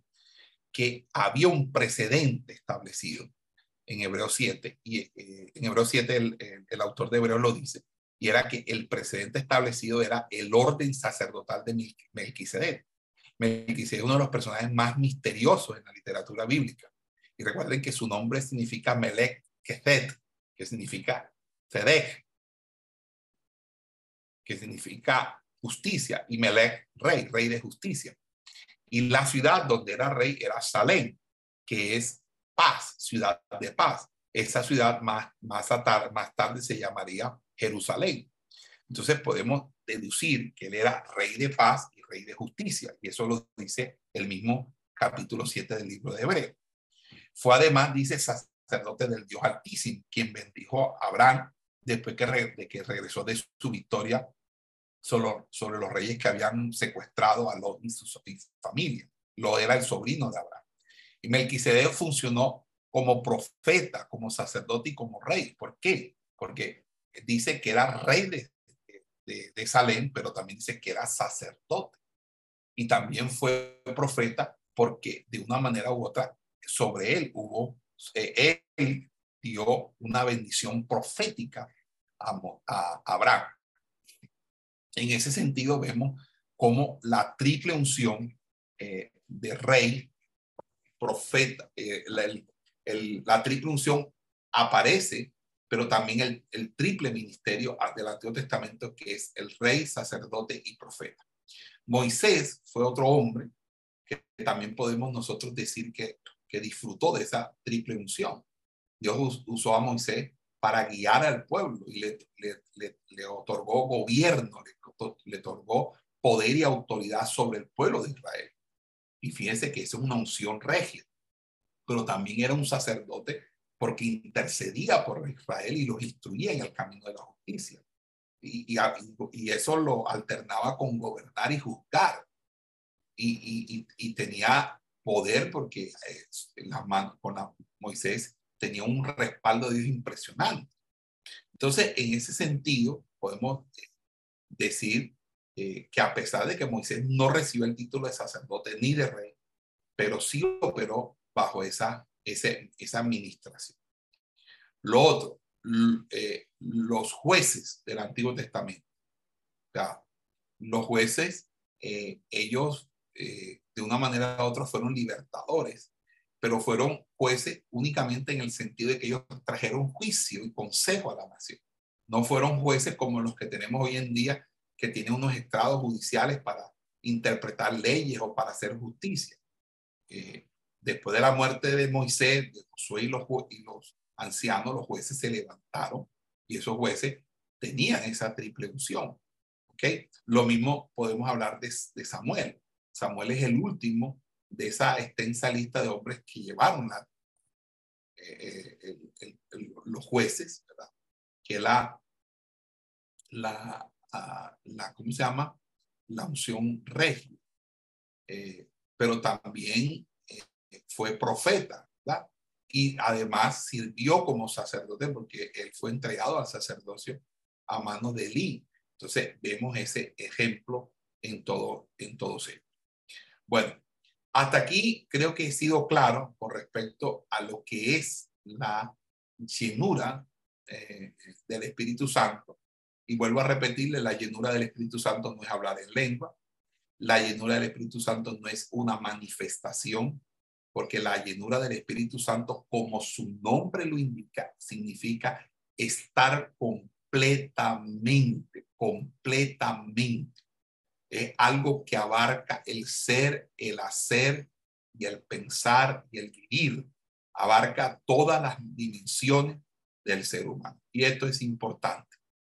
que había un precedente establecido en Hebreos siete, y eh, en Hebreos siete el, el, el autor de Hebreos lo dice, y era que el precedente establecido era el orden sacerdotal de Melquisedec. Melquisedec es uno de los personajes más misteriosos en la literatura bíblica. Y recuerden que su nombre significa Melech Kesed, que significa Sedech, que significa justicia, y Melech, rey, rey de justicia. Y la ciudad donde era rey era Salem, que es paz, ciudad de paz. Esa ciudad más, más, tarde, más tarde se llamaría Jerusalén. Entonces podemos deducir que él era rey de paz y rey de justicia. Y eso lo dice el mismo capítulo siete del libro de Hebreos. Fue además, dice, sacerdote del Dios Altísimo, quien bendijo a Abraham después que re, de que regresó de su victoria sobre, sobre los reyes que habían secuestrado a Lot y su, su familia. Lot era el sobrino de Abraham. Y Melquisedec funcionó como profeta, como sacerdote y como rey. ¿Por qué? Porque dice que era rey de, de, de Salem, pero también dice que era sacerdote. Y también fue profeta porque de una manera u otra sobre él hubo, eh, él dio una bendición profética a, a, a Abraham. En ese sentido vemos cómo la triple unción eh, de rey, profeta, eh, la, el, el, la triple unción aparece, pero también el, el triple ministerio del Antiguo Testamento, que es el rey, sacerdote y profeta. Moisés fue otro hombre que también podemos nosotros decir que, que disfrutó de esa triple unción. Dios usó a Moisés para guiar al pueblo y le, le, le, le otorgó gobierno, le, le otorgó poder y autoridad sobre el pueblo de Israel. Y fíjense que esa es una unción regia, pero también era un sacerdote porque intercedía por Israel y los instruía en el camino de la justicia. Y, y, y eso lo alternaba con gobernar y juzgar. Y, y, y tenía poder porque eh, la mano, con la, Moisés tenía un respaldo de Dios impresionante. Entonces, en ese sentido, podemos decir eh, que a pesar de que Moisés no recibió el título de sacerdote ni de rey, pero sí operó bajo esa, ese, esa administración. Lo otro, eh, los jueces del Antiguo Testamento. O sea, los jueces, eh, ellos eh, de una manera u otra fueron libertadores, pero fueron jueces únicamente en el sentido de que ellos trajeron juicio y consejo a la nación. No fueron jueces como los que tenemos hoy en día, que tienen unos estrados judiciales para interpretar leyes o para hacer justicia. Eh, después de la muerte de Moisés, de Josué y los, y los ancianos, los jueces se levantaron y esos jueces tenían esa triple unción. ¿Okay? Lo mismo podemos hablar de, de Samuel. Samuel es el último de esa extensa lista de hombres que llevaron la, eh, el, el, el, los jueces, ¿verdad? Que la, la, la, la, ¿cómo se llama? La unción regia. Eh, pero también eh, fue profeta, ¿verdad? Y además sirvió como sacerdote porque él fue entregado al sacerdocio a manos de Elí. Entonces vemos ese ejemplo en todo, en todos ellos. Bueno, hasta aquí creo que he sido claro con respecto a lo que es la llenura eh, del Espíritu Santo. Y vuelvo a repetirle, la llenura del Espíritu Santo no es hablar en lengua. La llenura del Espíritu Santo no es una manifestación, porque la llenura del Espíritu Santo, como su nombre lo indica, significa estar completamente, completamente. Es algo que abarca el ser, el hacer y el pensar y el vivir. Abarca todas las dimensiones del ser humano. Y esto es importante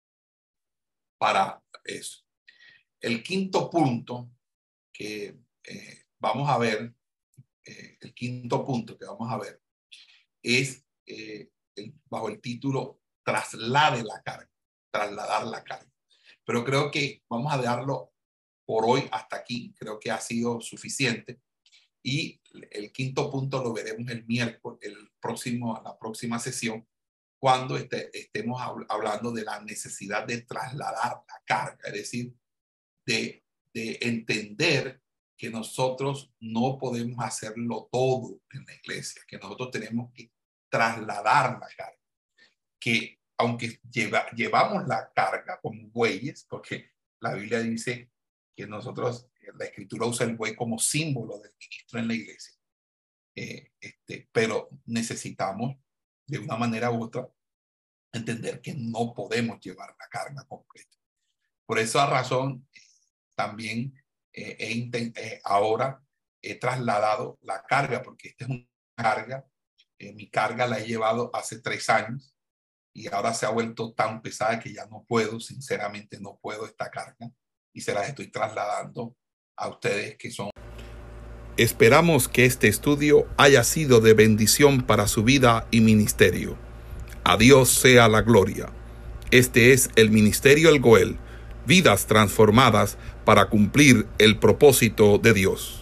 para eso. El quinto punto que eh, vamos a ver, eh, el quinto punto que vamos a ver es eh, el, bajo el título traslade la carga, trasladar la carga. Pero creo que vamos a dejarlo por hoy hasta aquí, creo que ha sido suficiente. Y el quinto punto lo veremos el miércoles, el próximo, la próxima sesión, cuando este, estemos hablando de la necesidad de trasladar la carga, es decir, de, de entender que nosotros no podemos hacerlo todo en la iglesia, que nosotros tenemos que trasladar la carga, que aunque lleva, llevamos la carga como bueyes, porque la Biblia dice que nosotros, la Escritura usa el buey como símbolo del ministro en la iglesia, eh, este, pero necesitamos de una manera u otra entender que no podemos llevar la carga completa. Por esa razón, eh, también eh, he eh, ahora he trasladado la carga, porque esta es una carga, eh, mi carga la he llevado hace tres años y ahora se ha vuelto tan pesada que ya no puedo, sinceramente no puedo esta carga, y se las estoy trasladando a ustedes que son. Esperamos que este estudio haya sido de bendición para su vida y ministerio. A Dios sea la gloria. Este es el Ministerio El Goel, vidas transformadas para cumplir el propósito de Dios.